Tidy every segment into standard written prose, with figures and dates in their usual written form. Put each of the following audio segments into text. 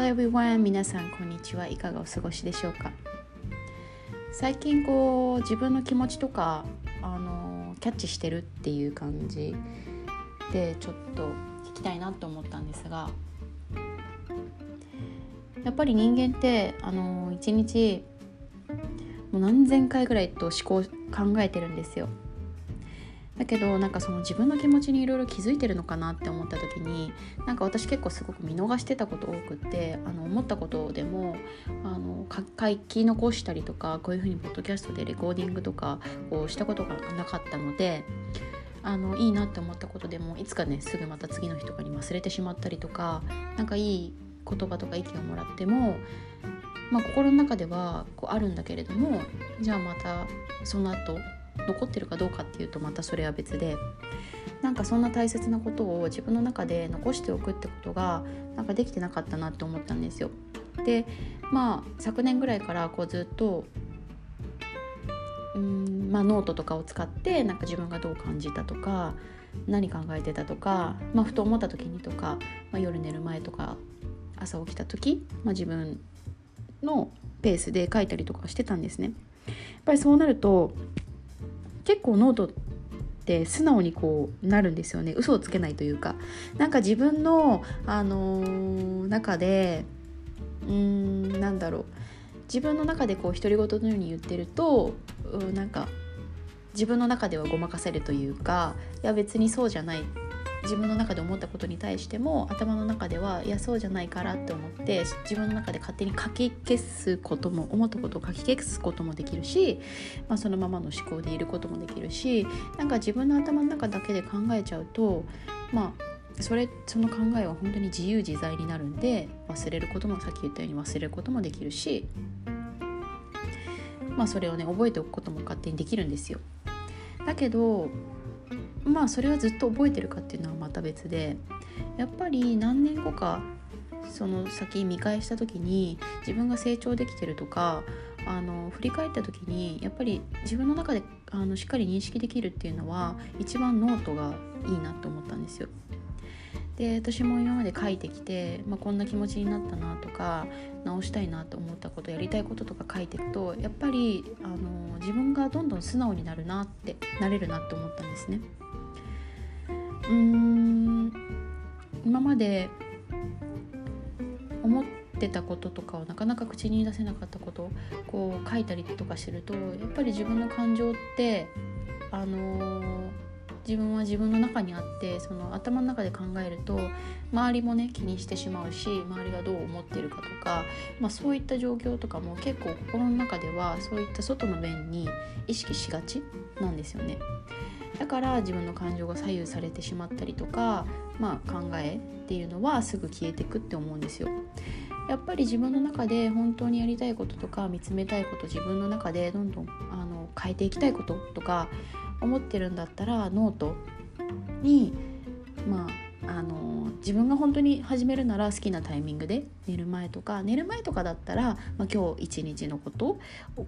everyone、 皆さんこんにちは。いかがお過ごしでしょうか。最近自分の気持ちとかキャッチしてるっていう感じでちょっと聞きたいなと思ったんですが、やっぱり人間って一日もう何千回ぐらいと考えてるんですよ。だけどその自分の気持ちにいろいろ気づいてるのかなって思った時に、私結構すごく見逃してたこと多くって思ったことでも書き残したりとか、こういうふうにポッドキャストでレコーディングとかしたことがなかったので、いいなって思ったことでもいつかねすぐまた次の日とかに忘れてしまったりとか、いい言葉とか意見をもらっても、心の中ではあるんだけれども、じゃあまたその後残ってるかどうかっていうとまたそれは別で、そんな大切なことを自分の中で残しておくってことができてなかったなって思ったんですよ。で昨年ぐらいからずっとノートとかを使って自分がどう感じたとか何考えてたとか、ふと思った時にとか、夜寝る前とか朝起きた時、自分のペースで書いたりとかしてたんですね。やっぱりそうなると結構ノートって素直になるんですよね。嘘をつけないというか、自分の、中で自分の中で独り言のように言ってると自分の中ではごまかせるというか、いや別にそうじゃない、自分の中で思ったことに対しても頭の中ではいやそうじゃないからって思って自分の中で勝手に書き消すことも、思ったことを書き消すこともできるし、そのままの思考でいることもできるし、自分の頭の中だけで考えちゃうとその考えは本当に自由自在になるんで、忘れることもさっき言ったように忘れることもできるし、それをね覚えておくことも勝手にできるんですよ。だけどそれはずっと覚えてるかっていうのはまた別で、やっぱり何年後かその先見返した時に自分が成長できてるとか振り返った時にやっぱり自分の中でしっかり認識できるっていうのは一番ノートがいいなと思ったんですよ。で私も今まで書いてきて、こんな気持ちになったなとか直したいなと思ったこと、やりたいこととか書いていくとやっぱり自分がどんどん素直になれるなって思ったんですね。今まで思ってたこととかをなかなか口に出せなかったことを書いたりとかすると、やっぱり自分の感情って自分は自分の中にあって、その頭の中で考えると周りもね気にしてしまうし、周りがどう思ってるかとか、そういった状況とかも結構心の中ではそういった外の面に意識しがちなんですよね。だから自分の感情が左右されてしまったりとか、考えっていうのはすぐ消えていくって思うんですよ。やっぱり自分の中で本当にやりたいこととか見つめたいこと、自分の中でどんどん変えていきたいこととか思ってるんだったら、ノートに自分が本当に始めるなら好きなタイミングで寝る前とかだったら、今日一日のこと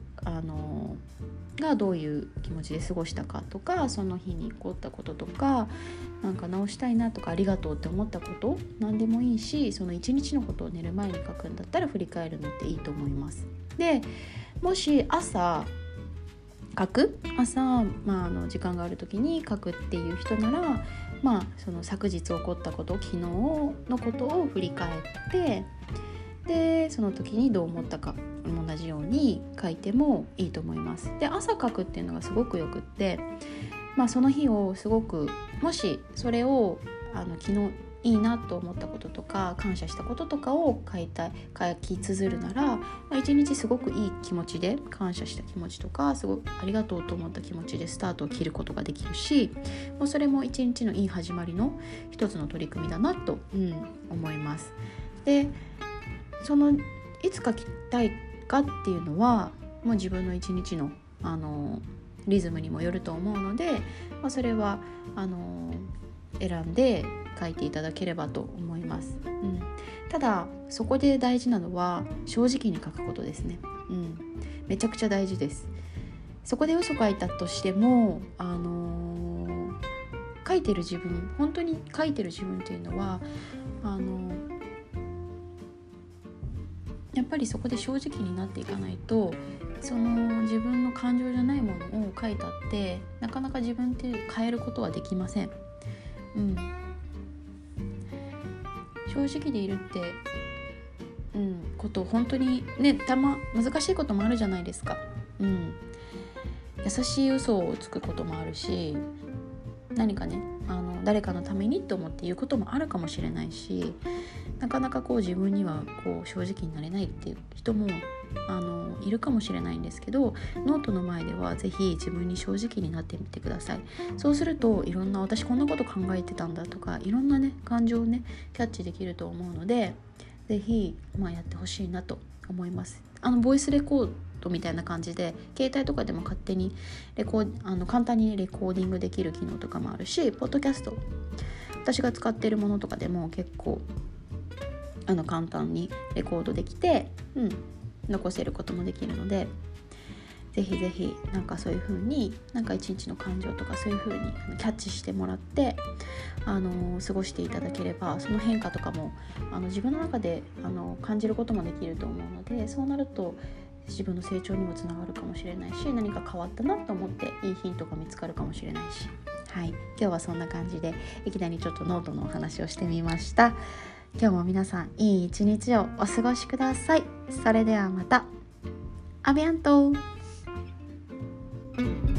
がどういう気持ちで過ごしたかとか、その日に起こったこととか、直したいなとかありがとうって思ったこと何でもいいし、その一日のことを寝る前に書くんだったら振り返るのっていいと思います。でもし朝書く時間がある時に書くっていう人なら、その昨日起こったこと、昨日のことを振り返って、でその時にどう思ったか同じように書いてもいいと思います。で朝書くっていうのがすごくよくって、その日をすごく、もしそれを昨日いいなと思ったこととか感謝したこととかを書き綴るなら、一日すごくいい気持ちで、感謝した気持ちとかすごくありがとうと思った気持ちでスタートを切ることができるし、もうそれも一日のいい始まりの一つの取り組みだなと、思います。でそのいつ書きたいかっていうのはもう自分の一日のリズムにもよると思うので、それは選んで書いていただければと思います。ただそこで大事なのは正直に書くことですね。めちゃくちゃ大事です。そこで嘘書いたとしても書いてる自分、本当に書いてる自分っていうのはぱりそこで正直になっていかないと、その自分の感情じゃないものを書いたってなかなか自分って変えることはできません。正直でいるって、こと本当にね、難しいこともあるじゃないですか。優しい嘘をつくこともあるし、何かね誰かのためにと思って言うこともあるかもしれないし、なかなか自分には正直になれないっていう人もいるかもしれないんですけど、ノートの前ではぜひ自分に正直になってみてください。そうするといろんな、私こんなこと考えてたんだとか、いろんなね感情をねキャッチできると思うので、ぜひやってほしいなと思います。ボイスレコードみたいな感じで携帯とかでも勝手に簡単にレコーディングできる機能とかもあるし、ポッドキャスト私が使っているものとかでも結構簡単にレコードできて、残せることもできるので、ぜひぜひそういう風に一日の感情とかそういう風にキャッチしてもらって過ごしていただければ、その変化とかも自分の中で感じることもできると思うので、そうなると自分の成長にもつながるかもしれないし、何か変わったなと思っていいヒントが見つかるかもしれないし、今日はそんな感じでいきなりちょっとノートのお話をしてみました。今日も皆さんいい一日をお過ごしください。それではまた。アビアント。